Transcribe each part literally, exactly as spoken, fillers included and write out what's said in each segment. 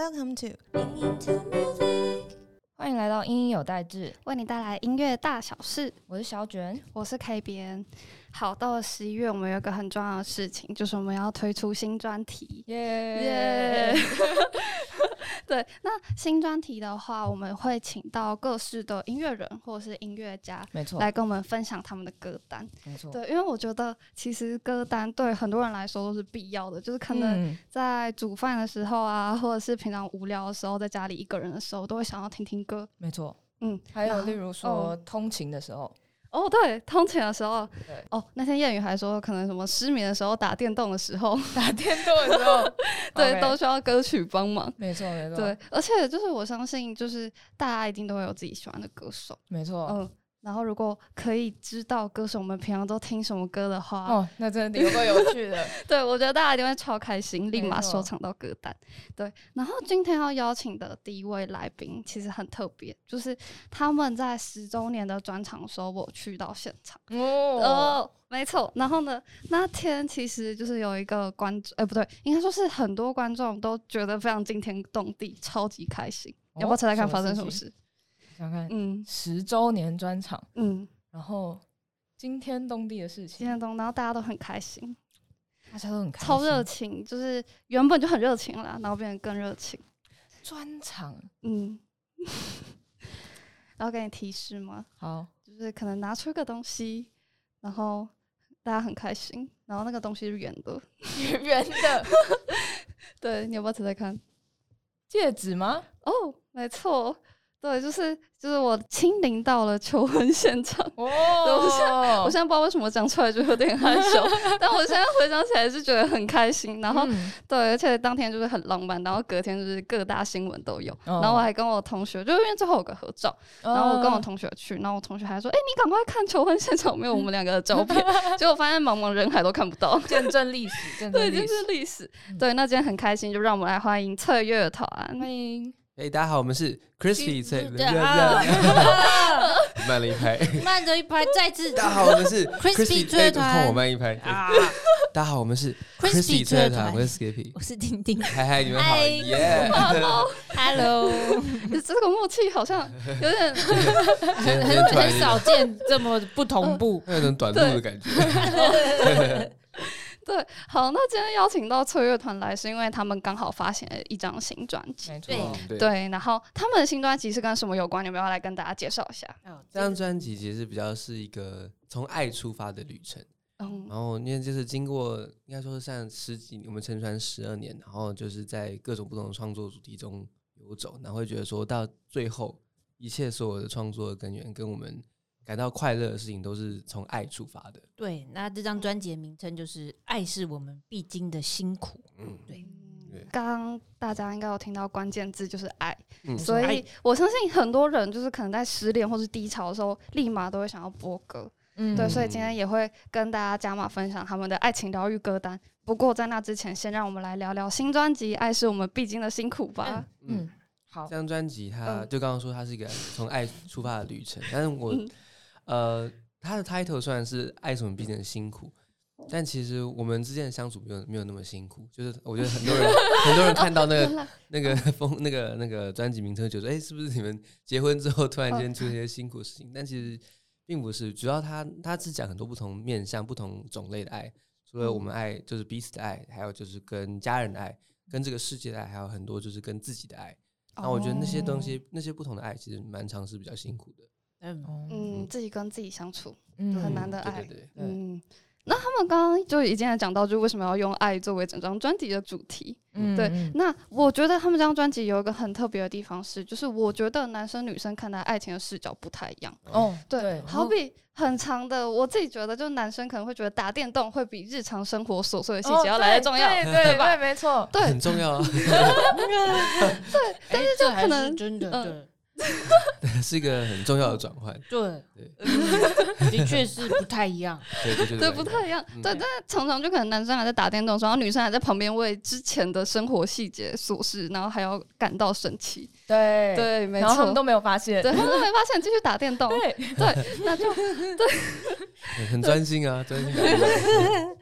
Welcome to 欢迎来到音音有代志， 为你带来音乐大小事。 我是小卷， 我是 K 编。好，到了十一月，我们有一个很重要的事情，就是我们要推出新专题。 耶耶！对，那新专题的话，我们会请到各式的音乐人或者是音乐家， 没错， 来跟我们分享他们的歌单。 没错， 对，因为我觉得其实歌单对很多人来说都是必要的，就是可能在煮饭的时候啊，或者是平常无聊的时候，在家里一个人的时候，都会想要听听歌。 没错， 嗯， 还有例如说、哦、通勤的时候。 哦，对，通勤的时候，对，哦，那天谚语还说，可能什么失眠的时候、打电动的时候、 打电动的时候， 对， okay. 都需要歌曲帮忙。 没错，没错。 对，而且就是我相信，就是大家一定都会有自己喜欢的歌手。 没错， 嗯。然后，如果可以知道歌手们平常都听什么歌的话， 哦，那真的有够有趣的。 对，我觉得大家一定会超开心，立马收藏到歌单。对，然后今天要邀请的第一位来宾其实很特别，就是他们在十周年的专场的时候，我去到现场。 哦， 呃，没错。然后呢，那天其实就是有一个观众，哎、欸，不对，应该说是很多观众都觉得非常惊天动地，超级开心。哦、要不要猜猜看发生什么事？ 想看，嗯，十周年专场， 嗯， 然后惊天动地的事情， 惊天动地，然后大家都很开心， 大家都很开心， 超热情，就是原本就很热情啦，然后变得更热情。 专场， 嗯，然后给你提示吗？ 好， 就是可能拿出一个东西，然后大家很开心，然后那个东西是圆的， 圆的， 对，你要不要猜猜看？ 戒指吗？ 哦，没错。对，就是就是我亲临到了求婚现场。哦，我现在我现在不知道为什么讲出来就有点害羞，但我现在回想起来是觉得很开心。然后、嗯、对，而且当天就是很浪漫，然后隔天就是各大新闻都有。哦、然后我还跟我同学，就因为最后有个合照，哦、然后我跟我同学去，然后我同学还说：“哎、欸，你赶快看求婚现场有没有我们两个的照片。”结果发现茫茫人海都看不到， 见证历史，见证历史， 对，见证历史。嗯、对，那今天很开心，就让我们来欢迎脆乐团， 欢迎。 哎、欸，大家好，我们是 Crispy 脆乐，慢了一拍， 慢着一拍，再次。 大家好，我们是 Crispy 脆乐团， 换我慢一拍。啊、大家好，我们是 Crispy 脆乐团，我是 Skippy， 我是丁丁。 嗨嗨，你们好，耶 ，Hello， 这个默契好像有点很很很少见，这么不同步， 有种短路的感觉。 对，好，那今天邀请到脆乐团来，是因为他们刚好发行了一张新专辑， 对对，然后他们的新专辑是跟什么有关？你们要来跟大家介绍一下。 这张专辑其实比较是一个从爱出发的旅程，嗯，然后因为就是经过应该说是像十几年，我们成团十二年，然后就是在各种不同的创作主题中游走，然后会觉得说到最后，一切所有的创作的根源跟我们感到快乐的事情都是从爱出发的。 对，那这张专辑的名称就是《爱是我们必经的辛苦》。嗯，对。 刚刚大家应该有听到关键字就是爱、嗯，所以我相信很多人就是可能在失恋或是低潮的时候，立马都会想要播歌。嗯，对，所以今天也会跟大家加码分享他们的爱情疗愈歌单。不过在那之前，先让我们来聊聊新专辑《爱是我们必经的辛苦》吧。嗯， 嗯好，这张专辑它就刚刚说它是一个从爱出发的旅程，但是我。嗯呃，他的 title 虽然是爱什么必经的辛苦，但其实我们之间的相处没有没有那么辛苦。就是我觉得很多人很多人看到那个那个风那个那个专辑名称，就说：“哎、欸，是不是你们结婚之后突然间出现一些辛苦的事情？”但其实并不是，主要他他是讲很多不同面向、不同种类的爱。除了我们爱，就是彼此的爱，还有就是跟家人的爱，跟这个世界的爱，还有很多就是跟自己的爱。那我觉得那些东西，那些不同的爱，其实蛮常是比较辛苦的。 嗯, 嗯，自己跟自己相处、嗯、很难的爱。 对对对嗯，那他们刚刚就已经讲到，就为什么要用爱作为整张专辑的主题。嗯，对。那我觉得他们这张专辑有一个很特别的地方是，就是我觉得男生女生看待爱情的视角不太一样。哦，对，对好比很长的，我自己觉得，就男生可能会觉得打电动会比日常生活琐碎的细节要来得重要， 哦、对对 对, 对，没错， 对， 很重要啊。 对，但是就可能、 欸、真的，嗯、对。 是一个很重要的转换， 对，的确是不太一样， 对对 对, 对，不太一样，嗯、对，但常常就可能男生还在打电动的时候，然后女生还在旁边为之前的生活细节琐事，然后还要感到生气， 对对，没错， 然后他们都没有发现， 对，他们都没发现，继续打电动， 对对，那就对， 很专心啊，专心。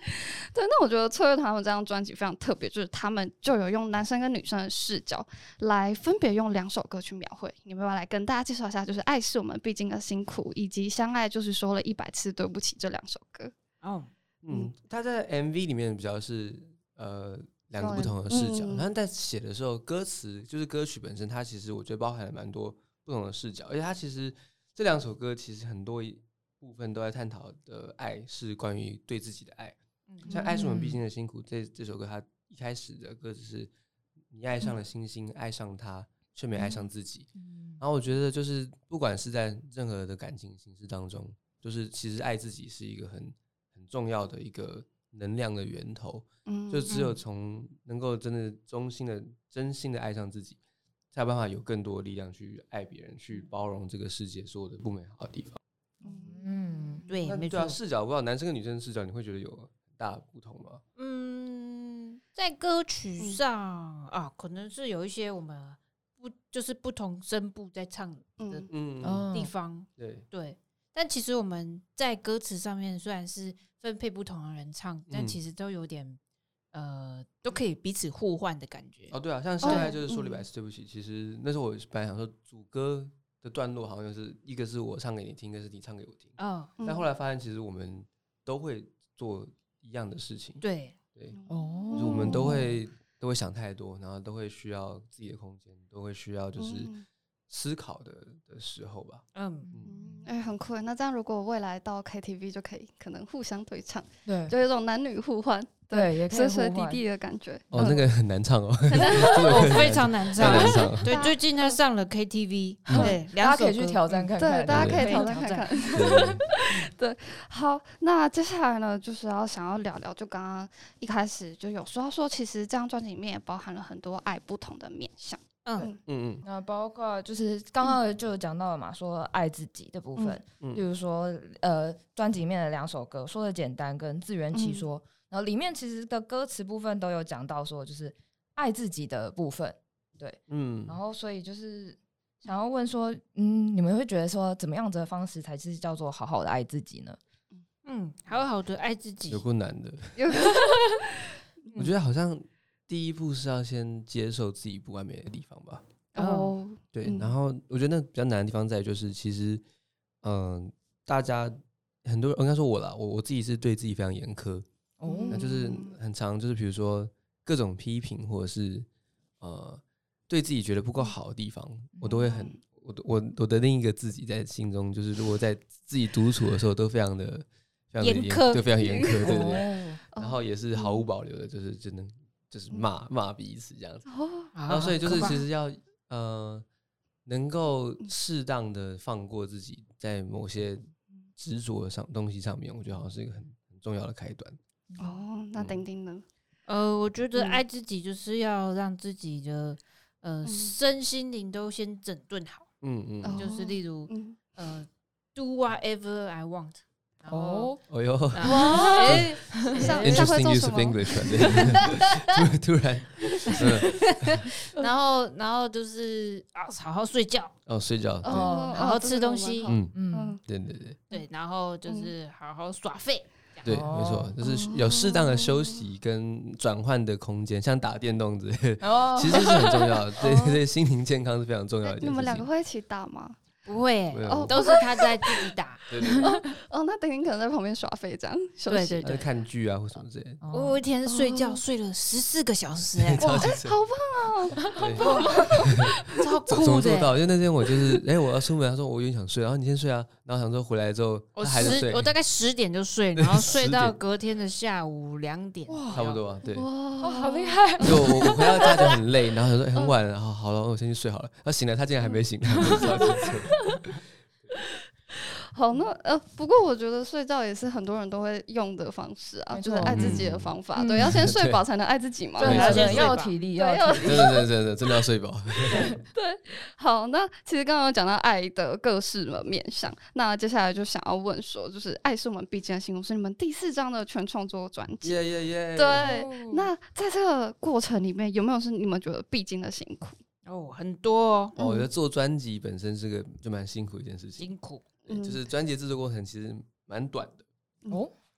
对，那我觉得翠乐团他们这张专辑非常特别，就是他们就有用男生跟女生的视角来分别用两首歌去描绘。你们要来跟大家介绍一下，就是《爱是我们必经的辛苦》以及《相爱就是说了一百次对不起》这两首歌。 哦， 嗯，他在 M V 里面比较是呃两个不同的视角， 嗯、 然后在写的时候，歌词就是歌曲本身，它其实我觉得包含了蛮多不同的视角，而且它其实这两首歌其实很多部分都在探讨的爱是关于对自己的爱。像《爱是我们必经的辛苦》这这首歌，它一开始的歌词是你爱上了星星，嗯、爱上他，却没爱上自己。嗯、然后我觉得就是不管是在任何的感情形式当中，就是其实爱自己是一个很很重要的一个能量的源头。嗯、就只有从能够真的衷心的、真心的爱上自己，才有办法有更多的力量去爱别人，去包容这个世界所有的不美好的地方。 嗯，对，没错。 对啊，视角不知道男生跟女生的视角，你会觉得有大不同吗？ 嗯，在歌曲上、嗯、啊，可能是有一些我们不就是不同声部在唱的地方，嗯、 对对。但其实我们在歌词上面虽然是分配不同的人唱，嗯、但其实都有点呃，都可以彼此互换的感觉。 哦，对啊，像现在就是说了一百次对不起，哦嗯、其实那时候我本来想说主歌的段落好像就是一个是我唱给你听，一个是你唱给我听。哦，但后来发现其实我们都会做一样的事情， 对对，哦，就是我们都会都会想太多，然后都会需要自己的空间，都会需要就是思考的的时候吧。 嗯嗯，哎、欸，很酷。那这样如果未来到 K T V 就可以可能互相对唱， 对， 就有一种男女互换， 对，也可以随随滴滴的感觉。 哦，那个很难唱哦， 哦，非常难唱， 难唱。 对，最近他上了 K T V， 对， 大家可以去挑战看看。 对，大家可以挑战看看。对，好，那接下来呢，就是要想要聊聊，就刚刚一开始就有说到说，其实这张专辑里面也包含了很多爱不同的面向。 嗯嗯嗯，那包括就是刚刚就有讲到了嘛，说爱自己的部分，嗯、比如说呃，专辑里面的两首歌，说的简单跟自圆其说，嗯、然后里面其实的歌词部分都有讲到说，就是爱自己的部分，对，嗯，然后所以就是想要问说，嗯，你们会觉得说，怎么样子的方式才是叫做好好的爱自己呢？ 嗯，好好的爱自己， 有够难的，我觉得好像。第一步是要先接受自己不完美的地方吧。哦，对，嗯、然后我觉得那比较难的地方在于就是其实，嗯、呃，大家很多人应该说我啦，我我自己是对自己非常严苛，哦，那就是很常就是比如说各种批评或者是呃对自己觉得不够好的地方，我都会很我我我的另一个自己在心中就是如果在自己独处的时候都非常的非常的严苛， 就非常严苛，对不对？然后也是毫无保留的，就是真的。就是骂骂彼此这样子，哦、然后所以就是其实要呃能够适当的放过自己，在某些执着的上东西上面，我觉得好像是一个很很重要的开端。 哦，那丁丁呢？ 呃，我觉得爱自己就是要让自己的呃、嗯、身心灵都先整顿好。嗯嗯，就是例如、嗯、呃 ，do whatever I want。 哦，哦哟， 哎 ，Interesting use of English， 突然， 然后，然后就是啊，好好睡觉， 哦，睡觉， 哦，好好吃东西， 嗯嗯，对对对， 对，然后就是好好耍废， 对，没错，就是有适当的休息跟转换的空间，像打电动之类的，其实是很重要的，对对，心灵健康是非常重要的一件事情。 你们两个会一起打吗？ 不会、欸，哦，都是他在自己打。 对对对哦，哦，那丁丁可能在旁边耍废这样休息， 对对对， 看剧啊或什么之类的。 我有一天睡觉、哦、睡了十四个小时、欸，哎， 哇，欸、好棒哦， 好棒，超酷的、欸。 怎么做到？因为那天我就是，哎、欸，我要出门，他说我有点想睡，然后你先睡啊，然后想说回来之后他还在睡， 我大概十点就睡，然后睡到隔天的下午两点， 差不多啊，对。 哇，好厉害！ 就我我回到家就很累，然后想说、欸、很晚了，然后好了，我先去睡好了。然后醒来，他竟然还没醒， 好，那呃，不过我觉得睡觉也是很多人都会用的方式啊，就是爱自己的方法。嗯、对，要先睡饱才能爱自己嘛。 对，要先要有体力，要有体力。 真的，真的，真的，真的要睡饱。 对，好，那其实刚刚有讲到爱的各式的面向，那接下来就想要问说，就是《爱是我们必经的辛苦》是你们第四张的全创作专辑。 耶耶耶！ 对，哦、那在这个过程里面，有没有是你们觉得必经的辛苦？ 哦，很多哦。 哦，我觉得做专辑本身是个就蛮辛苦的一件事情。 辛苦。 就是专辑制作过程其实蛮短的哦，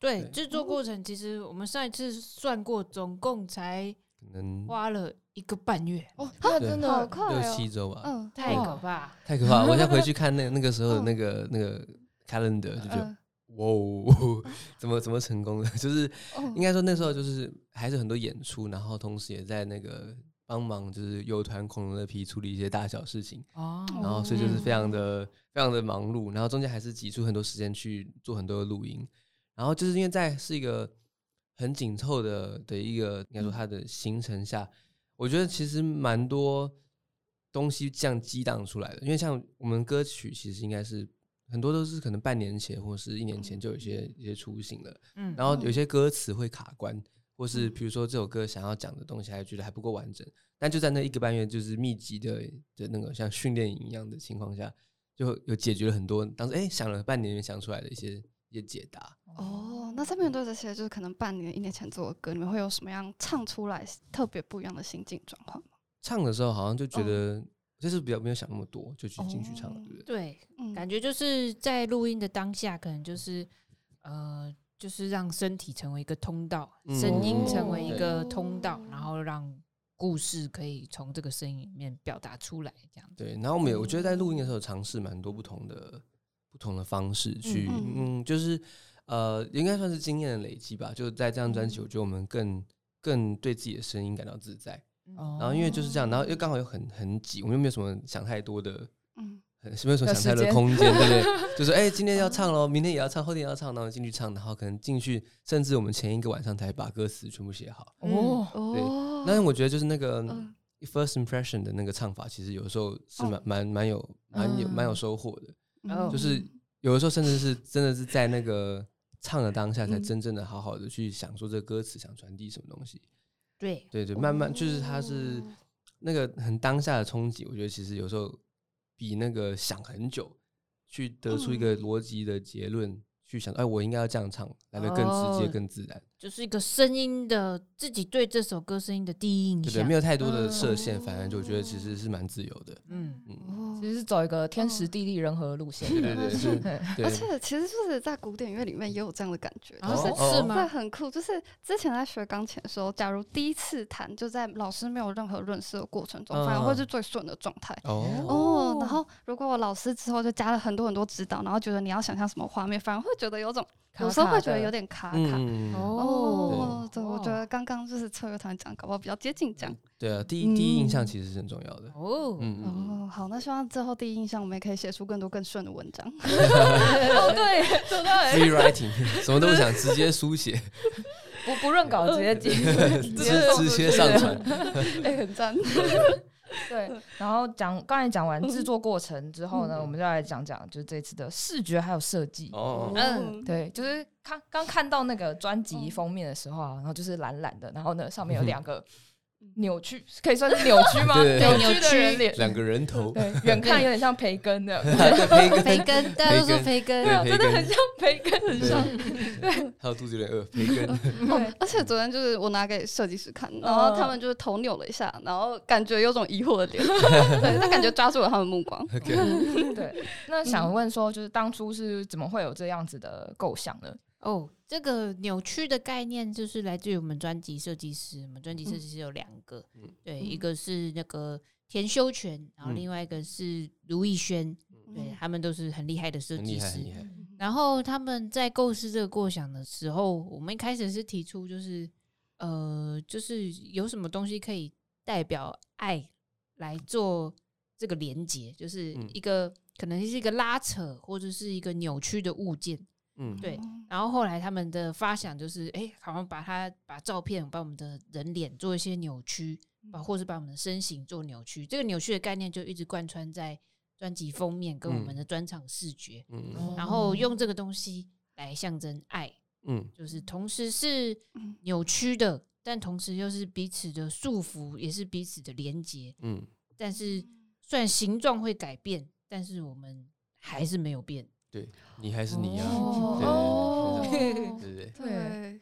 对，制作过程其实我们上一次算过，总共才可能花了一个半月。 哦，那真的好快哦， 六七周吧。 嗯，太可怕， 太可怕！我现在回去看那那个时候的那个那个 calendar 就觉得。哇哦，怎么怎么成功的？就是应该说那时候就是还是很多演出，然后同时也在那个帮忙，就是友团恐龙的皮处理一些大小事情哦，然后所以就是非常的非常的忙碌，然后中间还是挤出很多时间去做很多的录音，然后就是因为在是一个很紧凑的的一个应该说它的行程下，我觉得其实蛮多东西这样激荡出来的，因为像我们歌曲其实应该是。很多都是可能半年前或是一年前就有一些一些雏形了，嗯，然后有些歌词会卡关，或是比如说这首歌想要讲的东西还觉得还不够完整，但就在那一个半月就是密集的的那个像训练营一样的情况下，就有解决了很多当时哎想了半年想出来的一些一些解答。 哦，那在面对这些就是可能半年一年前做的歌，你们会有什么样唱出来特别不一样的心境转换吗？ 唱的时候好像就觉得。哦就是比较没有想那么多，就去进去唱了，对不对？ 对，嗯、感觉就是在录音的当下，可能就是呃，就是让身体成为一个通道，嗯、声音成为一个通道，然后让故事可以从这个声音里面表达出来，这样子。 对，然后我们我觉得在录音的时候尝试蛮多不同的不同的方式去，嗯, 嗯，就是呃，应该算是经验的累积吧。就在这张专辑，我觉得我们更更对自己的声音感到自在。然后因为就是这样，然后又刚好又很很挤，我们又没有什么想太多的，嗯，没有什么想太多的空间，对不对？就是哎、欸，今天要唱咯，明天也要唱，后天也要唱，然后进去唱，然后可能进去，甚至我们前一个晚上才把歌词全部写好。哦，对，那我觉得就是那个 first impression 的那个唱法，其实有时候是蛮蛮蛮有蛮有蛮有收获的，就是有的时候甚至是真的是在那个唱的当下，才真正的好好的去想说这个歌词想传递什么东西。 对对对，慢慢就是它是那个很当下的冲击，我觉得其实有时候比那个想很久去得出一个逻辑的结论，嗯、去想，哎，我应该要这样唱，来得更直接、哦、更自然。 就是一个声音的自己对这首歌声音的第一印象， 对对，没有太多的设限，嗯、反而就觉得其实是蛮自由的。 嗯嗯，其实是走一个天时地利人和的路线。 对对对，是。 而且其实就是在古典乐里面也有这样的感觉， 哦、 就是是吗？ 会很酷。就是之前在学钢琴的时候，假如第一次弹，就在老师没有任何润饰的过程中，嗯、反而会是最顺的状态。哦哦，然后如果我老师之后就加了很多很多指导，然后觉得你要想象什么画面，反而会觉得有种。有时候会觉得有点卡卡。 嗯、 哦，对，我觉得刚刚就是策乐团讲，搞不好比较接近讲。 对啊，第一、嗯、第一印象其实是很重要的。 哦，嗯哦，好，那希望之后第一印象我们也可以写出更多更顺的文章。哦， 对，对对 ，free writing， 什么都不想，直接书写， 不不润稿，直接寄， 直直接上传， 哎、欸，很赞。 对，然后讲刚才讲完制作过程之后呢，嗯、我们就来讲讲就是这次的视觉还有设计。哦，嗯，对，就是看刚看到那个专辑封面的时候啊，然后就是蓝蓝的，然后呢上面有两个扭曲，可以算是扭曲吗？ 对， 扭曲的人脸， 两个人头， 对，远看有点像培根的， 培根， 培根，大家都说培根， 真的很像培根，很像。对， 还有肚子有点饿，培根。 对，而且昨天就是我拿给设计师看，然后他们就是头扭了一下，然后感觉有种疑惑的脸，对，他感觉抓住了他们目光。 对，那想问说，就是当初是怎么会有这样子的构想呢？ 哦，这个扭曲的概念就是来自于我们专辑设计师。我们专辑设计师有两个，嗯、对，嗯、一个是那个田修全，然后另外一个是卢逸轩，嗯、对他们都是很厉害的设计师。然后他们在构思这个构想的时候，我们一开始是提出就是呃，就是有什么东西可以代表爱来做这个连结，就是一个、嗯、可能是一个拉扯或者是一个扭曲的物件。嗯，对，然后后来他们的发想就是，哎，好像把它把照片，把我们的人脸做一些扭曲，把或是把我们的身形做扭曲。这个扭曲的概念就一直贯穿在专辑封面跟我们的专场视觉，嗯、然后用这个东西来象征爱，嗯，就是同时是扭曲的，但同时又是彼此的束缚，也是彼此的连结，嗯，但是虽然形状会改变，但是我们还是没有变。 对，你还是你啊！ 哦， 对对对对，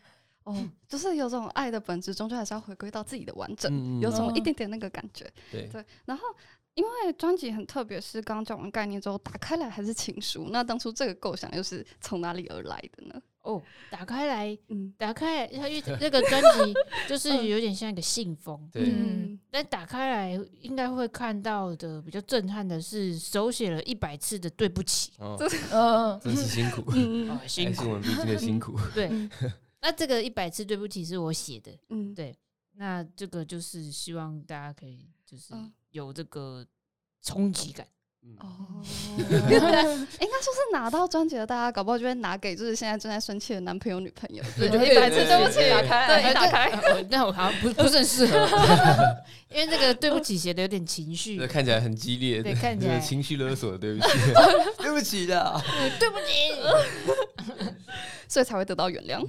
哦，就是有种爱的本质终究还是要回归到自己的完整， 嗯、 有种一点点那个感觉。 对对，然后因为专辑很特别，是刚刚讲完概念之后打开来还是情书，那当初这个构想又是从哪里而来的呢？ 哦，打开来， 嗯， 打开来，因为这个专辑就是有点像一个信封， 对， 嗯， 但打开来应该会看到的比较震撼的是，手写了一百次的对不起， 哦， 嗯， 真是辛苦， 嗯哦，辛苦， 爱是我们必经的辛苦。 对，那这个一百次对不起是我写的， 嗯， 对，那这个就是希望大家可以就是有这个冲击感。 哦，应该说是拿到专辑的大家，搞不好就会拿给就是现在正在生气的男朋友、女朋友，对，就一百次对不起，打开，对，打开。 那我好像不不是很适合，因为这个对不起写的有点情绪， 看起来很激烈， 对，看起来情绪勒索，对不起，对不起的， 对不起， 所以才会得到原谅。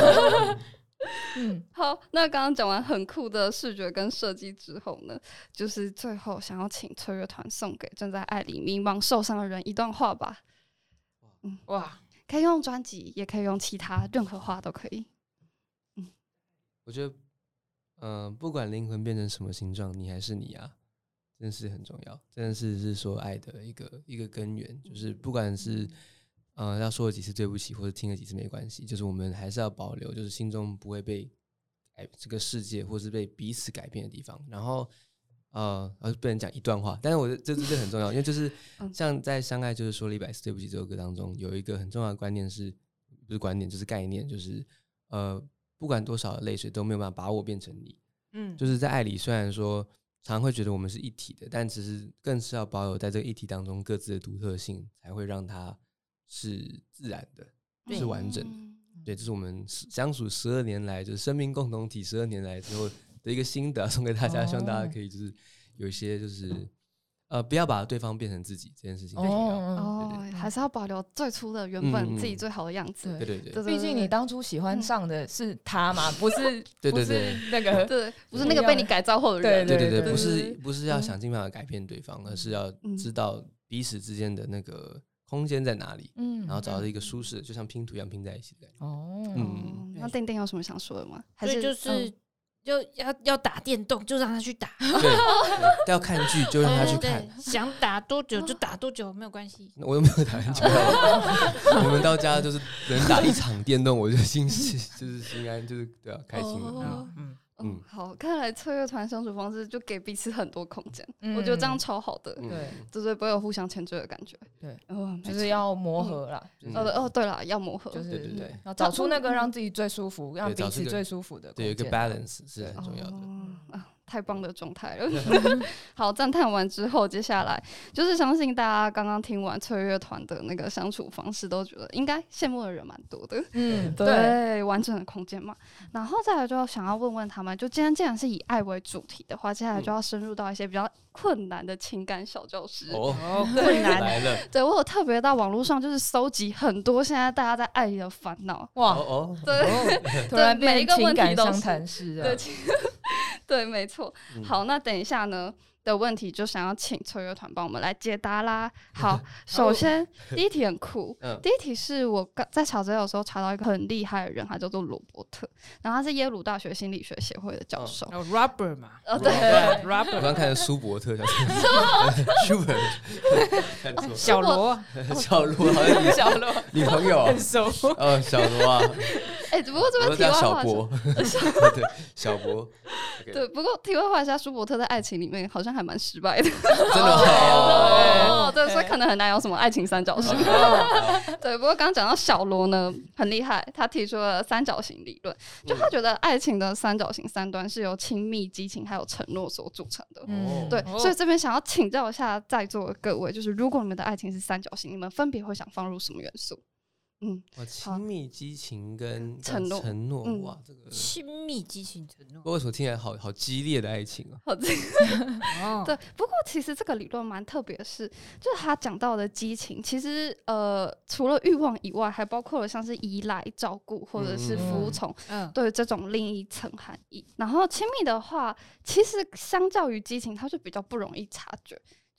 嗯，好，那刚刚讲完很酷的视觉跟设计之后呢，就是最后想要请翠乐团送给正在爱里迷茫受伤的人一段话吧。嗯，哇，可以用专辑，也可以用其他任何话都可以。 嗯，我觉得，嗯、呃，不管灵魂变成什么形状，你还是你啊，真是很重要，真的是是说爱的一个一个根源，就是不管是。呃，要说了几次对不起，或者听了几次没关系，就是我们还是要保留，就是心中不会被改这个世界，或是被彼此改变的地方。然后，呃，呃，不能讲一段话，但是我这这很重要，因为就是像在《相爱就是说了一百次对不起》这首歌当中，有一个很重要的观念是，不是观念，就是概念，就是呃，不管多少的泪水都没有办法把我变成你。嗯，就是在爱里，虽然说常常会觉得我们是一体的，但其实更是要保有在这个一体当中各自的独特性，才会让它是自然的，是完整的。对，这是我们相处十二年来，就是生命共同体十二年来之后的一个心得，送给大家，希望大家可以就是有一些就是呃，不要把对方变成自己这件事情。 哦，还是要保留最初的原本自己最好的样子。 对对对， 毕竟你当初喜欢上的是他嘛，不是对对对那个对，不是那个被你改造后的人。 对对对，不是不是要想尽办法改变对方，而是要知道彼此之间的那个空间在哪里，嗯，然后找到一个舒适的，就像拼图一样拼在一起的。 哦，嗯，那丁丁有什么想说的吗？还是就是就要要打电动，就让他去打； 对，要看剧就让他去看。 想打多久就打多久，没有关系。 我又没有打很久，我们到家就是能打一场电动，我就心就是心安，就是对啊，开心了。 嗯。嗯，好，看来翠乐团相处方式就给彼此很多空间，嗯、我觉得这样超好的，对，就是不会有互相牵制的感觉， 对，哦、就是要磨合啦， 嗯、哦哦，对了，要磨合， 就是对对对， 要找出那个让自己最舒服、让彼此最舒服的， 对，有一个 balance 是很重要的。 哦太棒的状态了。好，赞叹完之后，接下来就是相信大家刚刚听完翠乐团的那个相处方式，都觉得应该羡慕的人蛮多的。嗯，对，对完整的空间嘛。然后再来就想要问问他们，就今天既然是以爱为主题的话，接下来就要深入到一些比较困难的情感小教室。 哦， 困难来了。 对我有特别到网络上就是搜集很多现在大家在爱里的烦恼。 哇哦， 对， 突然每一个问题都相谈室。 对。对，没错。好，那等一下呢的问题就想要请翠乐团帮我们来解答啦。好，首先第一题很酷，嗯、第一题是我刚在查资料的时候查到一个很厉害的人，他叫做罗伯特，然后他是耶鲁大学心理学协会的教授。 哦 ，Robert 嘛， 哦对 ，Robert， 我刚看的舒伯特，舒伯特，看错， 小罗， 小罗好像小罗女朋友很熟哦，小罗啊。 哎，只不过这边题外话， 小博，对，小博， 对，不过题外话一下，舒伯特在爱情里面好像还蛮失败的，真的哦，对，所以可能很难有什么爱情三角形。对，不过刚刚讲到小罗呢，很厉害，他提出了三角形理论，就他觉得爱情的三角形三端是由亲密、激情还有承诺所组成的。嗯，对，所以这边想要请教一下在座的各位，就是如果你们的爱情是三角形，你们分别会想放入什么元素？ 嗯，亲密、激情跟承诺， 承诺，哇，这个亲密、激情、承诺， 为什么听起来好好激烈的爱情啊？ 好激烈，对。不过其实这个理论蛮特别的是，就是他讲到的激情，其实呃，除了欲望以外，还包括了像是依赖、照顾或者是服从，嗯，对这种另一层含义。然后亲密的话，其实相较于激情，它就比较不容易察觉。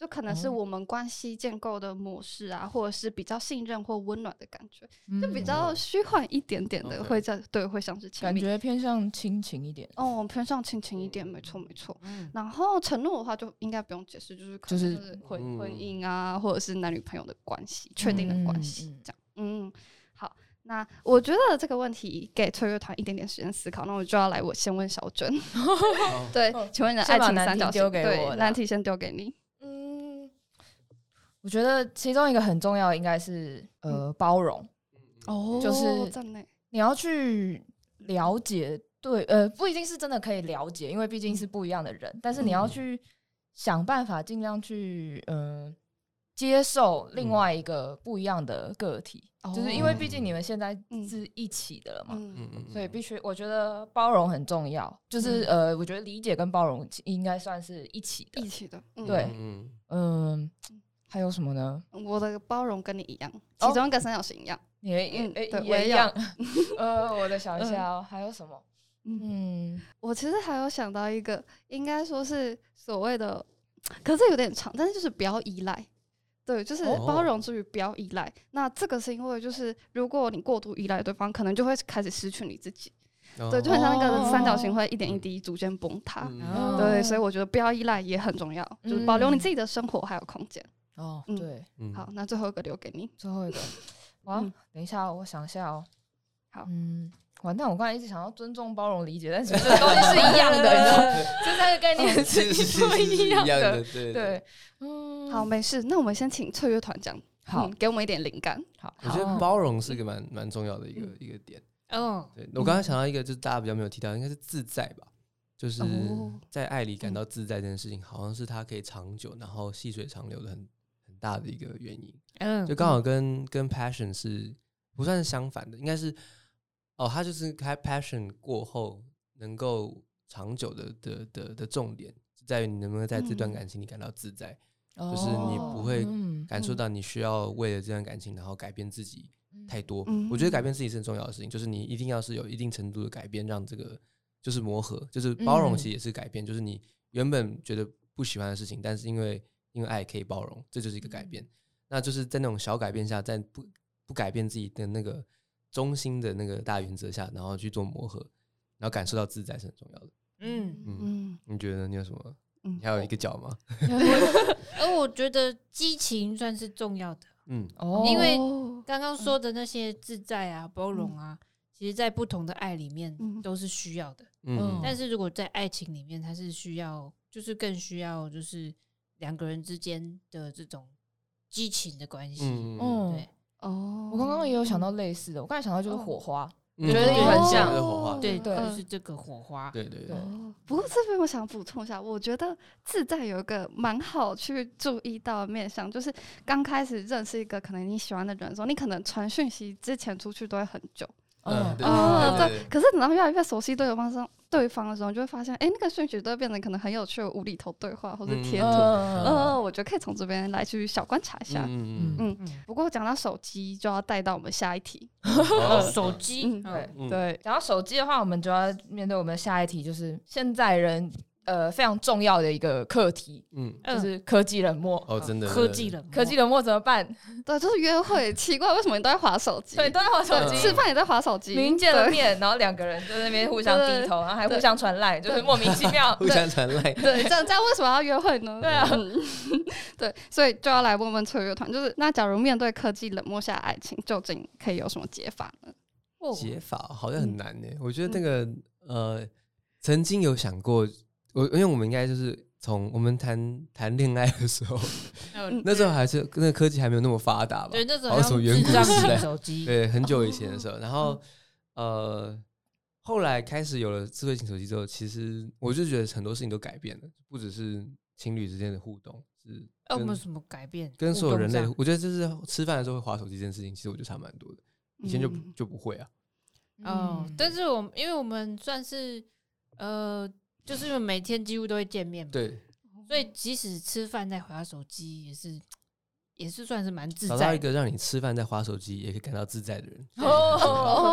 就可能是我们关系建构的模式啊，或者是比较信任或温暖的感觉，就比较虚幻一点点的，会在对会像是亲密， 感觉偏向亲情一点。 哦，偏向亲情一点，没错没错。然后承诺的话就应该不用解释，就是可能就是婚、嗯、婚姻啊，或者是男女朋友的关系，确定的关系、嗯、这样。嗯，好。那我觉得这个问题给翠乐团一点点时间思考，那我就要来我先问小娟。对，请问你的爱情三角形？对，难题先丢给你。 嗯，我觉得其中一个很重要的应该是呃、嗯、包容。 哦， 就是你要去了解，对，呃，不一定是真的可以了解，因为毕竟是不一样的人，嗯、但是你要去想办法，尽量去呃接受另外一个不一样的个体。嗯、就是因为毕竟你们现在是一起的了嘛，嗯、所以必须我觉得包容很重要。就是、嗯、呃，我觉得理解跟包容应该算是一起的， 一起的。嗯、 对，嗯、呃，还有什么呢？ 我的包容跟你一样，其中一个三角形一样。哦你也、嗯欸、对也一样。呃，我再想一下、哦嗯，还有什么？ 嗯，我其实还有想到一个，应该说是所谓的，可是有点长，但是就是不要依赖。对，就是包容之余不要依赖。哦、那这个是因为，就是如果你过度依赖对方，可能就会开始失去你自己。哦、对，就很像那个三角形会一点一滴逐渐崩塌。哦、对，所以我觉得不要依赖也很重要，嗯、就是保留你自己的生活还有空间。 哦，嗯、对， 好，那最后一个留给你， 最后一个。哇、嗯，等一下，我想一下哦。 好， 嗯，完蛋，我刚才一直想要尊重、包容、理解，但是这个东西是一样的，你知道，这三个概念是一样的， 对对。 嗯，好，没事。那我们先请翠乐团讲，好、嗯，给我们一点灵感。好， 我觉得包容是个蛮蛮重要的一个、嗯、一个点。哦，对，我刚才想到一个，就是大家比较没有提到，应该是自在吧。就是在爱里感到自在这件事情，好像是它可以长久，然后细水长流的很很大的一个原因。嗯，就刚好跟跟 passion 是不算是相反的，应该是哦，它就是开 passion 过后能够长久的的的的重点在于你能不能在这段感情里感到自在，嗯、就是你不会感受到你需要为了这段感情然后改变自己太多。嗯、我觉得改变自己是很重要的事情，就是你一定要是有一定程度的改变，让这个就是磨合，就是包容其实也是改变，嗯、就是你原本觉得不喜欢的事情，但是因为因为爱可以包容，这就是一个改变。那就是在那种小改变下，在不不改变自己的那个中心的那个大原则下，然后去做磨合，然后感受到自在是很重要的。嗯嗯，你觉得你有什么？你还有一个角吗？ 而我觉得激情算是重要的。嗯，因为刚刚说的那些自在啊、包容啊，嗯、其实在不同的爱里面都是需要的。嗯，但是如果在爱情里面，它是需要，就是更需要，就是两个人之间的这种激情的关系。嗯，对。 哦，我刚刚也有想到类似的，我刚才想到就是火花， 我觉得也很像火花， 对对，就是这个火花， 对对对。 不过这边我想补充一下，我觉得自在有一个蛮好去注意到的面向，就是刚开始认识一个可能你喜欢的人的时候，你可能传讯息之前出去都会很久， 嗯，对对对。 可是等到越来越熟悉对方上对方的时候，你就会发现，哎、欸，那个讯息都会变成可能很有趣的无厘頭对话或者贴图。嗯、呃，我觉得可以从这边来去小观察一下。嗯嗯嗯。不过讲到手机，就要带到我们下一题。 哦、手机， 嗯、对、嗯、对。讲到手机的话，我们就要面对我们的下一题，就是现在人呃非常重要的一个课题，嗯，就是科技冷漠。 哦，真的， 科技冷漠， 科技冷漠怎么办？ 对，就是约会，奇怪，为什么你都在滑手机？ 对，都在滑手机， 吃饭也在滑手机， 明明见了面，然后两个人就在那边互相低头，然后还互相传赖，就是莫名其妙， 互相传赖。 对，这样这样为什么要约会呢？ 对啊， 对，所以就要来问问翠乐团，就是那假如面对科技冷漠下的爱情，究竟可以有什么解法呢？ 解法好像很难呢、欸。嗯、我觉得那个、嗯、呃，曾经有想过，我因为我们应该就是从我们谈谈恋爱的时候，那时候还是那个科技还没有那么发达吧？ 对，那时候什么远古时代手机， 对，很久以前的时候。然后、嗯、呃，后来开始有了智慧型手机之后，其实我就觉得很多事情都改变了，不只是情侣之间的互动，是有没有什么改变？ 跟所有人类，我觉得就是吃饭的时候会滑手机这件事情，其实我觉得差蛮多的。以前就、嗯、就不会啊。 哦、嗯，但是我因为我们算是呃，就是因为每天几乎都会见面嘛， 对， 所以即使吃饭在滑手机，也是也是算是蛮自在的。 找到一个让你吃饭在滑手机也可以感到自在的人。 哦，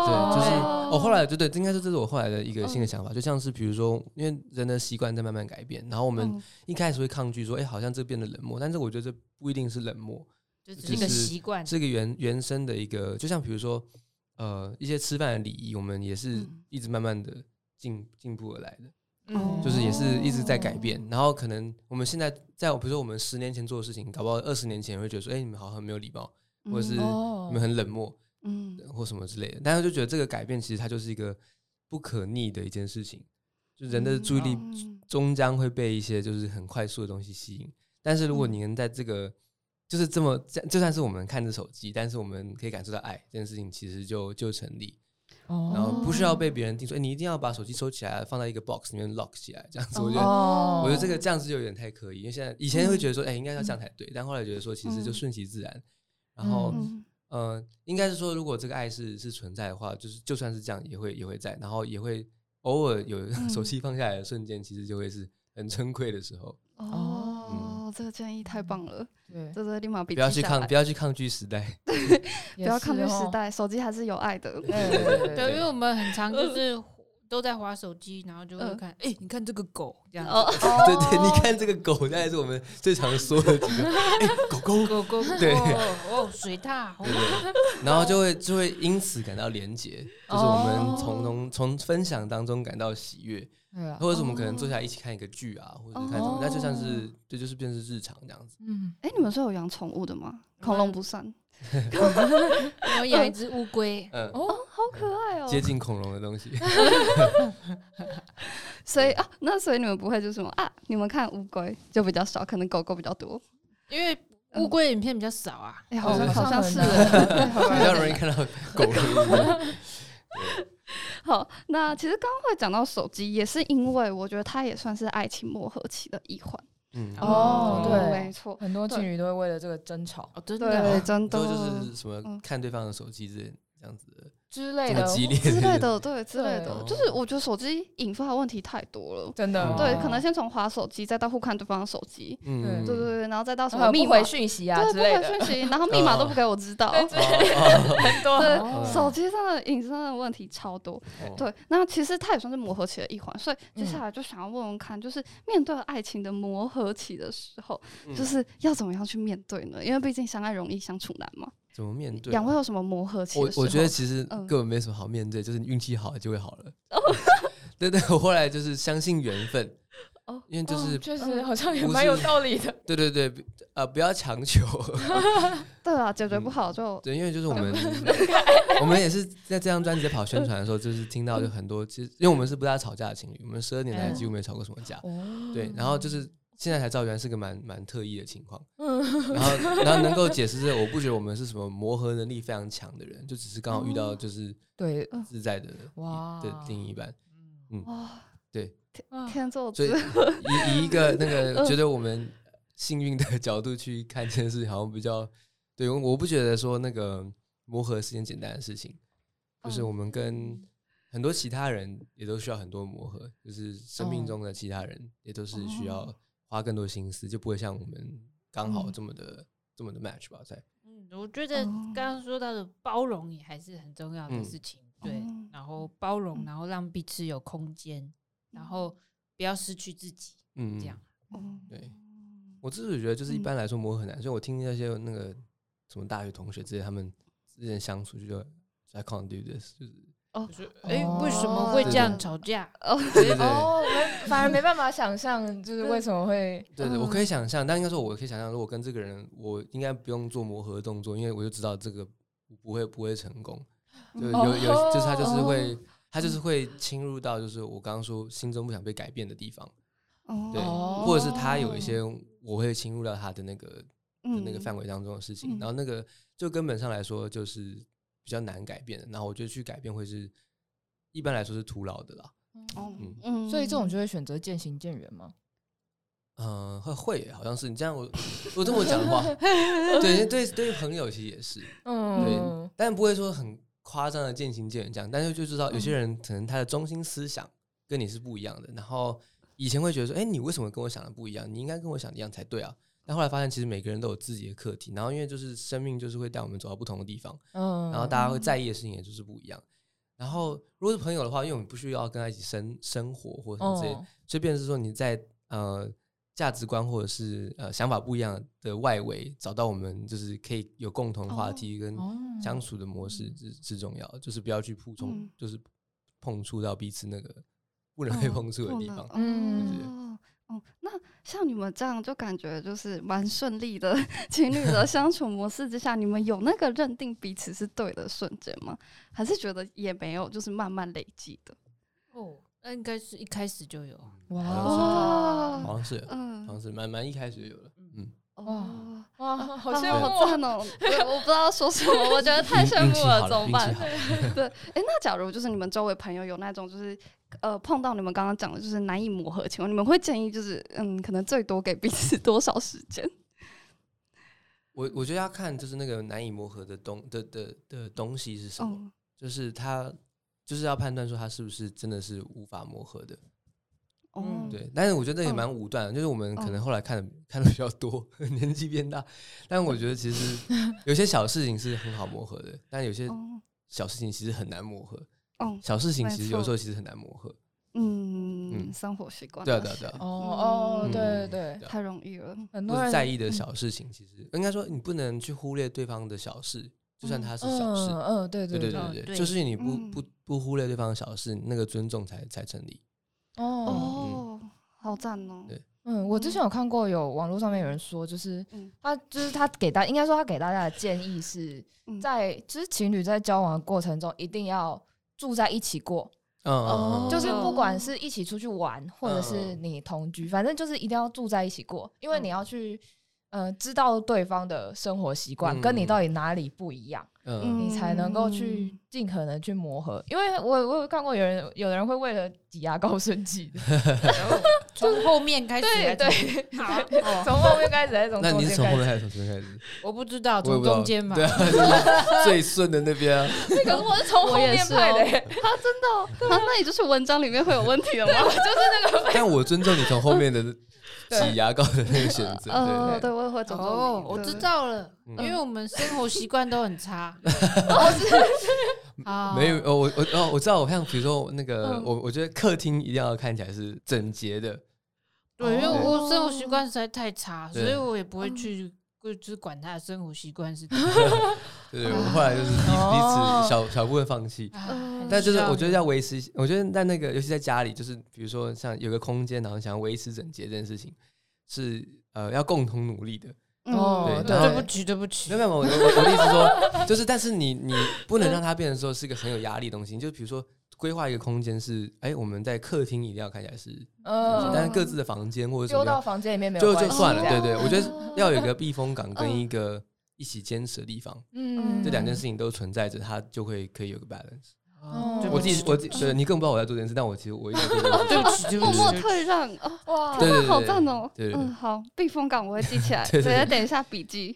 对，就是我、哦、后来就对，应该说这是我后来的一个新的想法，嗯、就像是比如说，因为人的习惯在慢慢改变，然后我们一开始会抗拒说，哎、欸，好像这变得冷漠，但是我觉得这不一定是冷漠， 就只是一个习惯， 是一个原原生的一个，就像比如说，呃，一些吃饭的礼仪，我们也是一直慢慢的进进步而来的。嗯，就是也是一直在改变，然后可能我们现在在比如说我们十年前做的事情，搞不好二十年前会觉得说，哎、欸，你们好像很没有礼貌，嗯、或者是你们很冷漠，嗯，或什么之类的。但是就觉得这个改变其实它就是一个不可逆的一件事情，就人的注意力终将会被一些就是很快速的东西吸引。但是如果你能在这个就是这么，就算是我们看着手机，但是我们可以感受到爱这件事情，其实就就成立。然后不需要被别人定说，欸，你一定要把手机收起来，放在一个 box 里面 lock 起来，这样子。我觉得，我觉得这个这样子就有点太刻意，因为现在以前会觉得说，哎，应该要这样才对，但后来觉得说，其实就顺其自然。然后，呃，应该是说，如果这个爱是是存在的话，就是就算是这样，也会也会在，然后也会偶尔有手机放下来的瞬间，其实就会是很珍贵的时候。 哦，这个建议太棒了，对，这个立马笔记不要去抗，不要去抗拒时代， 不要抗拒时代，手机还是有爱的。 对，因为我们很常就是都在滑手机，然后就会看，哎，你看这个狗这样子， 对对，你看这个狗，那是我们最常说的几个，哎，狗狗狗狗， 对， 哦，水獭， 对对，然后就会就会因此感到连结，就是我们从从从分享当中感到喜悦。啊、或者是我们可能坐下来一起看一个剧啊，或者看什么，那、哦、就像是这就是变成日常这样子。 嗯，哎、欸，你们是有养宠物的吗？恐龙不算。 我养一只乌龟， 嗯，哦，好可爱哦， 接近恐龙的东西。 所以啊，那所以你们不会就是什么啊？你们看乌龟就比较少，可能狗狗比较多， 因为乌龟影片比较少啊。 哎、欸，好像好像是， 比较容易看到狗的。 好，那其实刚刚会讲到手机，也是因为我觉得它也算是爱情磨合期的一环。 嗯，哦，对， 没错， 很多情侣都会为了这个争吵。 哦，真的， 对，真的， 就是什么看对方的手机这这样子的。 之类的， 激烈之类的，对，之类的，就是我觉得手机引发的问题太多了， 真的。 对，可能先从滑手机，再到互看对方的手机，嗯，对对对，然后再到什么密回讯息啊之类的， 不回讯息，然后密码都不给我知道， 很多。 对，手机上的隐私的问题超多。对，那其实它也算是磨合期的一环，所以接下来就想要问问看，就是面对爱情的磨合期的时候，就是要怎么样去面对呢？因为毕竟相爱容易相处难嘛。 怎么面对？ 两位有什么磨合期的时候？ 我我觉得其实根本没什么好面对，嗯、就是你运气好就会好了。对对，我后来就是相信缘分，哦、因为就是确、哦、实好像也蛮有道理的。 对对对，呃，不要强求。 对啊，解决不好就、 嗯、对，因为就是我们我们也是在这张专辑在跑宣传的时候，就是听到就很多，其实因为我们是不大吵架的情侣，我们十二年来几乎没吵过什么架。嗯、对，然后就是。现在才知道原来是个蛮蛮特异的情况，嗯、然後然后能够解释这，我不觉得我们是什么磨合能力非常强的人，就只是刚好遇到就是对自在的哇的另一半，嗯哇对天作之合，所以以以一个那个觉得我们幸运的角度去看这件事情，好像比较对，我不觉得说那个磨合是件简单的事情，就是我们跟很多其他人也都需要很多磨合，就是生命中的其他人也都是需要。花更多心思，就不会像我们刚好这么的、嗯、这么的 match 吧？在嗯，我觉得刚刚说到的包容也还是很重要的事情，嗯、对，然后包容，然后让彼此有空间，嗯、然后不要失去自己，嗯，这样， 嗯，对，我自己觉得就是一般来说磨合很难，所以我听那些那个什么大学同学之类，他们之间相处就觉得 I can't do this， 就是。 哦，哎、欸，为什么会这样吵架？ 哦，对对对哦，反而没办法想象，就是为什么会…… 对对，我可以想象，但应该说我可以想象，如果跟这个人，我应该不用做磨合的动作，因为我就知道这个不会不会成功。就有有，就是他就是会，他就是会侵入到就是我刚刚说心中不想被改变的地方，对，或者是他有一些我会侵入到他的那个的那个范围当中的事情，然后那个就根本上来说就是。比较难改变的，然后我觉得去改变会是一般来说是徒劳的啦。 嗯嗯，所以这种就会选择渐行渐远吗？ 嗯、呃，会会，好像是你这样我我这么讲话，对对对，朋友其实也是，嗯，对，但不会说很夸张的渐行渐远这样，但是就知道有些人可能他的中心思想跟你是不一样的，然后以前会觉得说，哎、欸，你为什么跟我想的不一样？你应该跟我想的一样才对啊。但后来发现，其实每个人都有自己的课题，然后因为就是生命就是会带我们走到不同的地方，嗯，然后大家会在意的事情也就是不一样， 然后如果是朋友的话，因为我们不需要跟他一起生生活或什么之类的，哦、所以变成是说你在呃价值观或者是呃想法不一样的外围找到我们就是可以有共同的话题跟相处的模式是、哦、是重要的，就是不要去碰触、嗯、就是碰触到彼此那个不能被碰触的地方。哦、 嗯。哦，那像你们这样就感觉就是蛮顺利的情侣的相处模式之下，你们有那个认定彼此是对的瞬间吗？还是觉得也没有，就是慢慢累积的？ 哦，那应该是一开始就有。 哇，好像是，嗯，好像是蛮蛮一开始就有了，嗯。 哇哇，好羡慕， 好赞哦！我不知道说什么，我觉得太羡慕了，怎么办？对，哎、欸，那假如就是你们周围朋友有那种就是呃碰到你们刚刚讲的就是难以磨合的情况，你们会建议就是嗯，可能最多给彼此多少时间？ 我我觉得要看就是那个难以磨合的东的的的东西是什么，嗯、就是他就是要判断说他是不是真的是无法磨合的。嗯，对，但是我觉得也蛮武断的，嗯、就是我们可能后来看的、嗯、看的比较多，年纪变大，但我觉得其实有些小事情是很好磨合的，但有些小事情其实很难磨合。嗯，小事情其实有时候其实很难磨合。 嗯，嗯生活习惯。 对啊，对啊，对啊。 哦哦，嗯、对对对，太容易了。 很多人在意的小事情，其实、嗯、应该说你不能去忽略对方的小事，就算他是小事。 嗯嗯，对对对对对对，就是你不不不忽略对方的小事，那个尊重才才成立。 哦，嗯、好赞哦！ 对， 嗯，我之前有看过，有网络上面有人说，就是他就是他给大，应该说他给大家的建议是在，就是情侣在交往的过程中一定要住在一起过。 嗯， 就是不管是一起出去玩，或者是你同居，反正就是一定要住在一起过，因为你要去呃知道对方的生活习惯，跟你到底哪里不一样。嗯，你才能够去尽可能去磨合，因为我我有看过有人有人会为了挤牙膏生气的， 从后面开始， 对对，好，从后面开始还是从中间开始？ 那你是从后面还是从中间开始？ 我不知道，从中间嘛， 对啊，最顺的那边啊。 可是我是从后面派的， 他真的，他那你就是文章里面会有问题了吗？ 就是那个， 但我尊重你从后面的挤牙膏的那个选择。 哦，对，我也会尊重你。 哦，我知道了，因为我们生活习惯都很差。 没有，我我哦，我知道，我像比如说那个，嗯、我我觉得客厅一定要看起来是整洁的。 对，因为我生活习惯实在太差，所以我也不会去就是管他的生活习惯是怎么样。 对，我们后来就是彼此小小部分放弃，但就是我觉得要维持，我觉得在那个尤其在家里，就是比如说像有个空间，然后想要维持整洁这件事情，是呃要共同努力的。 哦， 对，对不起，对不起。 没有没有，我我的意思说，就是但是你你不能让它变成说是一个很有压力的东西。就比如说规划一个空间是，哎，我们在客厅一定要看起来是，嗯，但是各自的房间或者什么丢到房间里面没有就就算了，对对，我觉得要有一个避风港跟一个一起坚持的地方，嗯，这两件事情都存在着，它就会可以有个 balance。哦，我自己我对你更不知道我在做这件事，但我其实我一直对不起， 默默退让，哇，真的好赞哦！嗯，好，避风港我会记起来，对对，等一下笔记。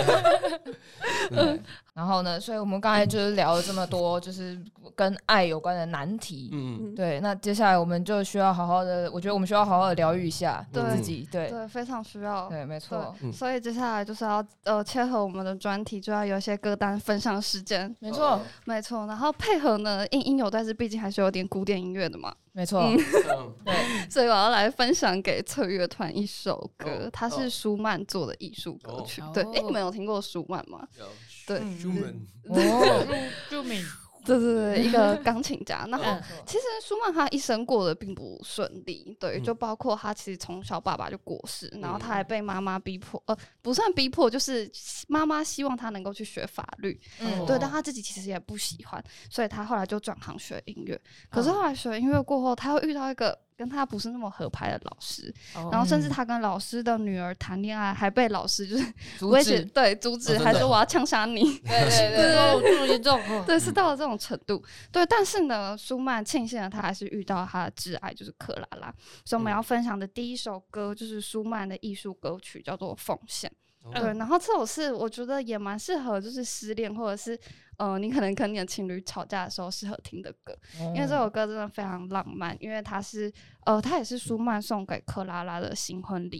嗯，然后呢，所以我们刚才就是聊了这么多，就是跟爱有关的难题。嗯，对，那接下来我们就需要好好的，我觉得我们需要好好的疗愈一下自己，对对，非常需要， 对，没错。 所以接下来就是要呃切合我们的专题，就要有一些歌单分享时间， 没错没错，然后配合呢。音音有，但是毕竟还是有点古典音乐的嘛， 没错。 嗯、对，所以我要来分享给翠乐团一首歌，哦、它是舒曼做的艺术歌曲。哦、对，哎、欸，你们有听过舒曼吗？ 有。 对， 舒曼。 哦，舒曼。 对对对，一个钢琴家。然后其实舒曼他一生过得并不顺利，对，就包括他其实从小爸爸就过世，然后他还被妈妈逼迫，呃，不算逼迫，就是妈妈希望他能够去学法律，嗯、对，但他自己其实也不喜欢，所以他后来就转行学音乐。可是后来学音乐过后，他又遇到一个跟他不是那么合拍的老师，哦、然后甚至他跟老师的女儿谈恋爱，还被老师就是威胁，对，阻止，哦、还说我要枪杀你， 对对对， 这么严重， 对，是到了这种程度，对。但是呢，舒曼庆幸了，他还是遇到他的挚爱，就是克拉拉。所以我们要分享的第一首歌就是舒曼的艺术歌曲，叫做《奉献》。对，然后这首是我觉得也蛮适合，就是失恋或者是呃，你可能跟你的情侣吵架的时候适合听的歌，因为这首歌真的非常浪漫，因为它是呃，它也是舒曼送给克拉拉的新婚礼物。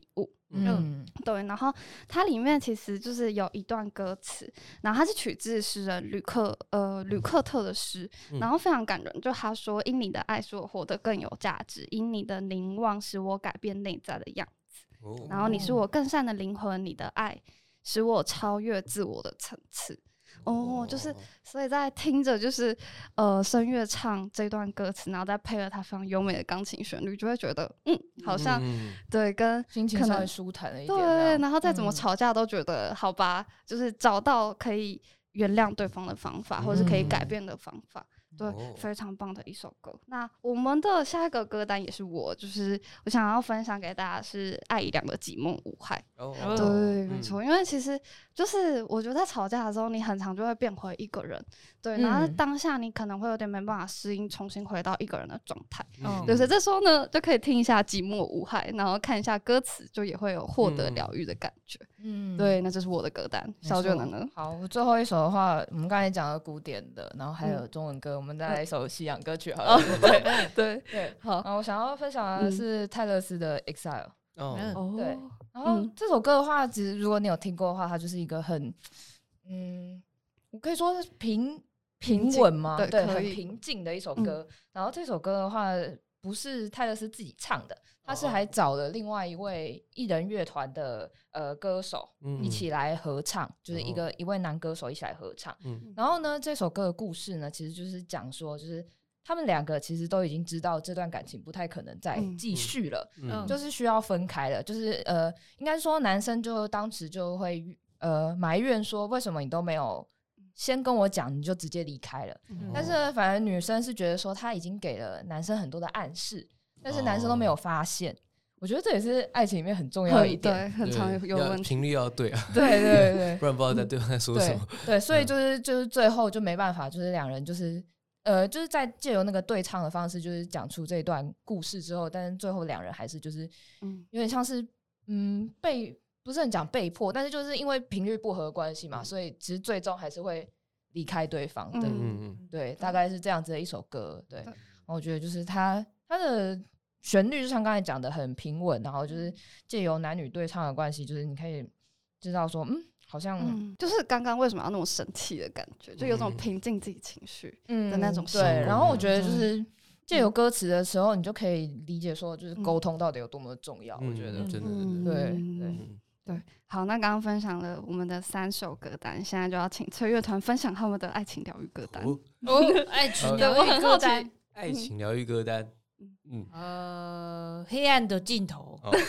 嗯，对，然后它里面其实就是有一段歌词，然后它是取自诗人吕克呃吕克特的诗，然后非常感人。就他说：“因你的爱使我活得更有价值，因你的凝望使我改变内在的样子。哦、然后你是我更善的灵魂，你的爱使我超越自我的层次。”哦，就是，所以在听着就是呃声乐唱这段歌词，然后再配合它非常优美的钢琴旋律，就会觉得嗯，好像、嗯、对，跟心情稍微舒坦了一点。 对，然后再怎么吵架都觉得、嗯、好吧，就是找到可以原谅对方的方法，或者是可以改变的方法。对，非常棒的一首歌。那我们的下一个歌单也是我，就是我想要分享给大家是艾怡良的《几梦无害》。哦，对，没错、嗯，因为其实就是我觉得在吵架的时候，你很常就会变回一个人，对，然后当下你可能会有点没办法适应，重新回到一个人的状态。嗯，对，所以这时候呢，就可以听一下《几梦无害》，然后看一下歌词，就也会有获得疗愈的感觉。嗯，对，那这是我的歌单。小卷的呢？ 好，最后一首的话，我们刚才讲了古典的，然后还有中文歌。嗯，我们再来一首西洋歌曲好了。哦、对对对，好。然后我想要分享的是泰勒斯的《Exile》。哦，对。然后这首歌的话，其实如果你有听过的话，它就是一个很，嗯，我可以说是平平稳嘛，对，很平静的一首歌。嗯、然后这首歌的话，不是泰勒斯自己唱的，他是还找了另外一位艺人乐团的呃歌手、嗯、一起来合唱，就是一个、哦、一位男歌手一起来合唱。嗯、然后呢，这首歌的故事呢，其实就是讲说，就是他们两个其实都已经知道这段感情不太可能再继续了，嗯嗯、就是需要分开了。就是呃，应该说男生就当时就会呃埋怨说，为什么你都没有先跟我讲，你就直接离开了。嗯、但是反而女生是觉得说，她已经给了男生很多的暗示。但是男生都没有发现，哦、我觉得这也是爱情里面很重要的一点， 对，很常有问题， 频率要对啊， 对对对， 不然不知道在对方在说什么。 对, 对，所以就是就是最后就没办法，就是两人就是呃，就是在借由那个对唱的方式，就是讲出这段故事之后，但是最后两人还是就是嗯，有点像是嗯被不是很讲被迫，但是就是因为频率不合的关系嘛，嗯、所以其实最终还是会离开对方的。嗯嗯，对，大概是这样子的一首歌。对，然后我觉得就是他他的旋律就像刚才讲的很平稳，然后就是借由男女对唱的关系，就是你可以知道说，嗯，好像、 嗯、就是刚刚为什么要那么生气的感觉，就有种平静自己情绪的那种、嗯。 对，然后我觉得就是借由歌词的时候，你就可以理解说，就是沟通到底有多么重要。嗯、我觉得真的， 嗯、对对、 嗯、对。好，那刚刚分享了我们的三首歌单，现在就要请翠乐团分享他们的爱情疗愈歌单。 哦，爱情疗愈歌单， 爱情疗愈歌单。 嗯，呃，黑暗的尽头。哦、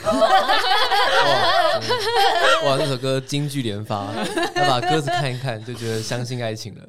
哇，那首歌金句连发，要把歌词看一看，就觉得相信爱情了。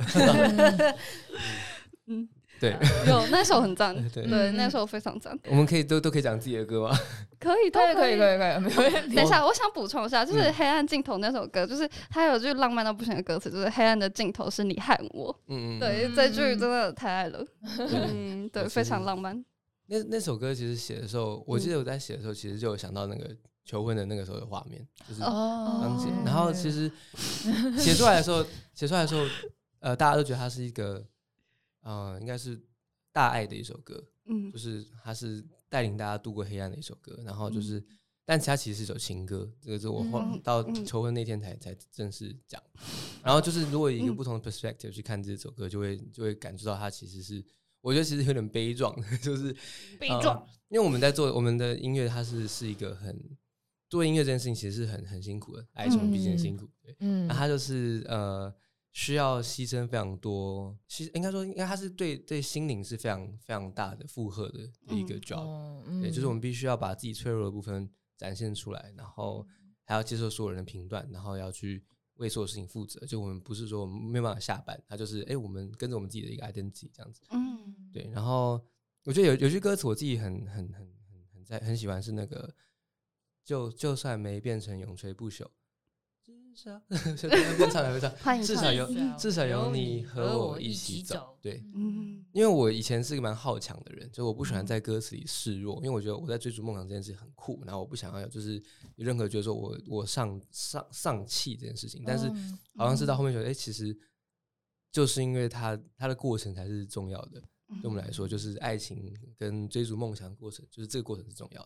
嗯，对， 有那首很赞，对, 对，那首非常赞。 我们可以都都可以讲自己的歌吗？ 可以，都可以，可以，可以，没问题。 等一下，我想补充一下，就是《黑暗尽头》那首歌，就是它有句浪漫到不行的歌词，就是“黑暗的尽头是你害我”。嗯嗯，对，这句真的太爱了。嗯，对，非常浪漫。 那那首歌其实写的时候，我记得我在写的时候，其实就有想到那个求婚的那个时候的画面，就是刚写。然后其实写出来的时候，写出来的时候，呃，大家都觉得它是一个，呃，应该是大爱的一首歌，嗯，就是它是带领大家度过黑暗的一首歌。然后就是，嗯、但它其实是一首情歌，这个是我到求婚那天才才正式讲。然后就是如果以一个不同的 perspective 去看这首歌，就会就会感受到它其实是。我觉得其实有点悲壮，就是悲壮、呃， 因为我们在做我们的音乐，它是是一个很做音乐这件事情，其实是很很辛苦的，爱情毕竟很辛苦，对，嗯，那它就是呃需要牺牲非常多，其应该说，应该它是对对心灵是非常非常大的负荷的一个 job，、嗯嗯、对，就是我们必须要把自己脆弱的部分展现出来，然后还要接受所有人的评断，然后要去。为所有事情负责，就我们不是说我们没有办法下班，他就是哎、欸，我们跟着我们自己的一个 identity 这样子，嗯，对。然后我觉得有有句歌词我自己很很很很很在很喜欢，是那个就就算没变成永垂不朽，至少跟唱来会唱，至少有至少有你和我一起走，对，嗯，因为我以前是一个蛮好强的人，就我不喜欢在歌词里示弱，因为我觉得我在追逐梦想这件事很酷，然后我不想要有就是有任何觉得说我我上上上气这件事情，但是好像是到后面觉得，哎、欸，其实就是因为它它的过程才是重要的，对我们来说，就是爱情跟追逐梦想的过程，就是这个过程是重要的。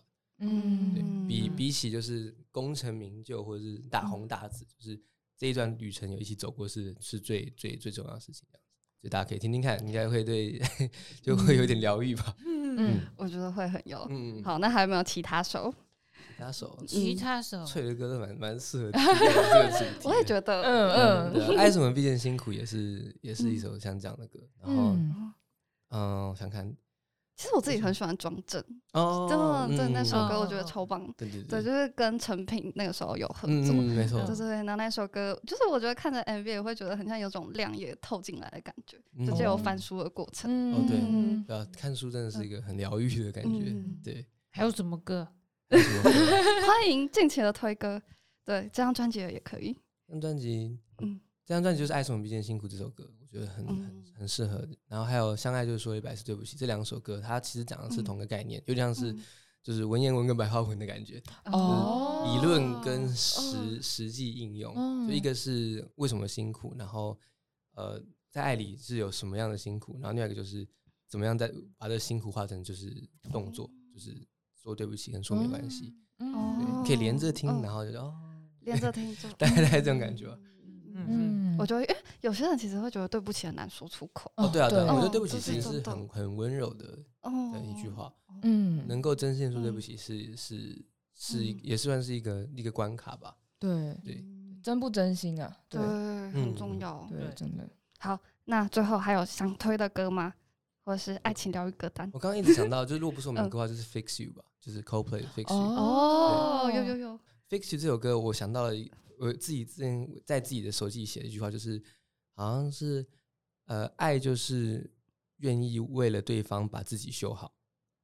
嗯，对比比起就是功成名就或者是大红大紫，就是这一段旅程有一起走过是是最最最重要的事情，这样子，就大家可以听听看，应该会对就会有点疗愈吧。 嗯嗯，我觉得会很有。嗯，好，那还有没有其他首？ 其他首， 其他首， 脆的歌都蛮蛮适合这个主题。 我也觉得， 嗯嗯，爱什么毕竟辛苦也是也是一首像这样的歌。然后，嗯，我想看。 其实我自己很喜欢庄正哦，真的，对那首歌我觉得超棒， 对对对，就是跟陈品那个时候有合作， 没错， 对对对，那那首歌就是我觉得看着 M V 也会觉得很像有种亮也透进来的感觉，就就有翻书的过程。 哦对，对啊，看书真的是一个很疗愈的感觉，对。 还有什么歌？ 欢迎近期的推歌，对，这张专辑也可以。 这张专辑，嗯，这张专辑就是《爱什么毕竟辛苦》这首歌，我觉得很很很适合。然后还有《相爱就是说一百次对不起》这两首歌，它其实讲的是同个概念，有点像是就是文言文跟白话文的感觉，哦，理论跟实实际应用。就一个是为什么辛苦，然后呃，在爱里是有什么样的辛苦，然后另外一个就是怎么样在把这辛苦化成就是动作，就是说对不起跟说没关系，对，可以连着听，然后就哦， 连着听， 大概大概这种感觉吧。 嗯，我觉得，因为有些人其实会觉得对不起很难说出口。 哦，对啊，对啊，我觉得对不起其实是很很温柔的的一句话。嗯，能够真心说对不起是是是也是算是一个一个关卡吧。 对对，真不真心啊？ 对，很重要。 对，真的。 好，那最后还有想推的歌吗？或者是爱情疗愈歌单？ 我刚刚一直想到，就是如果不是我们的歌的话，就是 Fix You 吧，就是 Coldplay 的 Fix You。 哦，有有有 Fix You 这首歌，我想到了我自己之前在自己的手机里写的一句话，就是好像是呃，爱就是愿意为了对方把自己修好。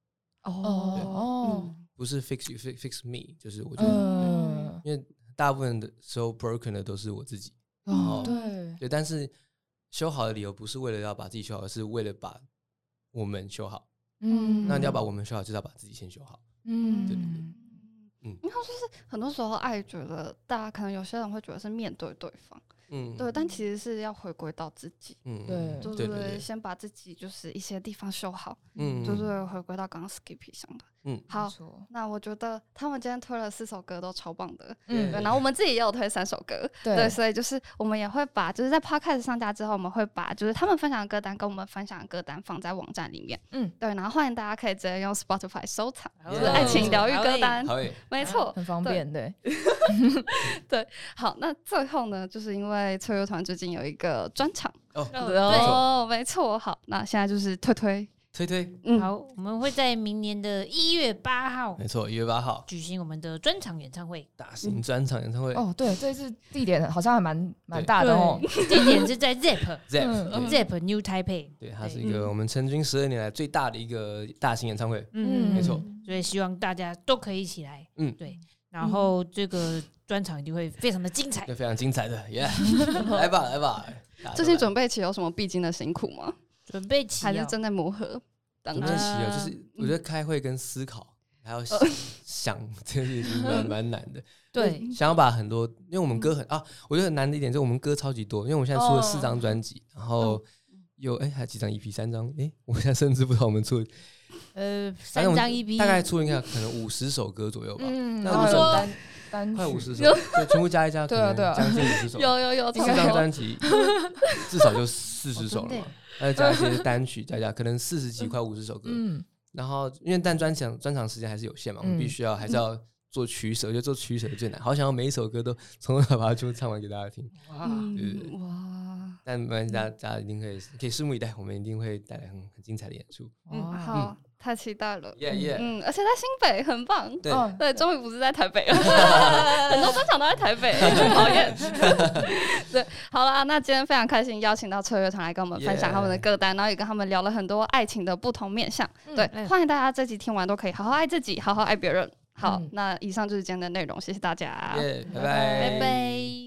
哦，不是 Fix You fix, fix me， 就是我觉得，嗯，因为大部分的时候 broken 的都是我自己。 哦，对对，但是修好的理由不是为了要把自己修好，而是为了把我们修好。嗯，那你要把我们修好，就是要把自己先修好。嗯，对对对。 嗯，因为就是很多时候爱，觉得大家可能有些人会觉得是面对对方，嗯，对，但其实是要回归到自己，嗯，对，对对对，先把自己就是一些地方修好，嗯，对对，回归到刚刚 Skippy 上的，嗯，好，那我觉得他们今天推了四首歌都超棒的，嗯，对，然后我们自己也有推三首歌，对，所以就是我们也会把就是在 Podcast 上架之后，我们会把就是他们分享的歌单跟我们分享的歌单放在网站里面，嗯，对，然后欢迎大家可以直接用 Spotify 收藏，就是爱情疗愈歌单，没错， 很方便，对， 对，好，那最后呢，就是因为脆乐团最近有一个专场， 哦， 哦，没错，好，那现在就是推推。 推推， 嗯，好，我们会在明年的一月八号， 没错，一月八号举行我们的专场演唱会， 大型专场演唱会。 哦，对，这次地点好像还蛮蛮大的哦， 地点是在 Zep Zep Zep New Taipei， 对，它是一个我们成军十二年来最大的一个大型演唱会，嗯，没错， 所以希望大家都可以一起来，嗯，对，然后这个专场一定会非常的精彩， 对，非常精彩的，耶，来吧，来吧， 最近准备期有什么必经的辛苦吗？ 准备期还是正在磨合？ 准备期哦，就是我觉得开会跟思考，还要想这件事情蛮蛮难的。 对， 想要把很多，因为我们歌很啊，我觉得很难的一点就是我们歌超级多，因为我们现在出了四张专辑，然后有哎还几张 E P， 三张，哎，我现在甚至不知道我们出呃三张 E P， 大概出应该可能五十首歌左右吧。 嗯， 那五十首单快五十首，对，全部加一加，可能将近五十首。 有有有， 四张专辑至少就四十首了嘛。再加一些单曲，再加可能四十几块五十首歌，嗯，然后因为但专场专场时间还是有限嘛，我们必须要还是要做取舍，我觉得做取舍最难，好想要每一首歌都从头把它全部唱完给大家听，哇，对对对，哇！但没关系，大家大家一定可以可以拭目以待，我们一定会带来很很精彩的演出， 嗯，好。太期待了， yeah, yeah. 嗯，而且在新北很棒， 对， 对，终于不是在台北了，很多专场都在台北，很讨厌。对，好啦，那今天非常开心邀请到脆乐团来跟我们分享他们的歌单， yeah. 然后也跟他们聊了很多爱情的不同面向。嗯、对，欢迎大家这集听完都可以好好爱自己，好好爱别人。好，嗯、那以上就是今天的内容，谢谢大家， yeah, 拜拜， 拜拜。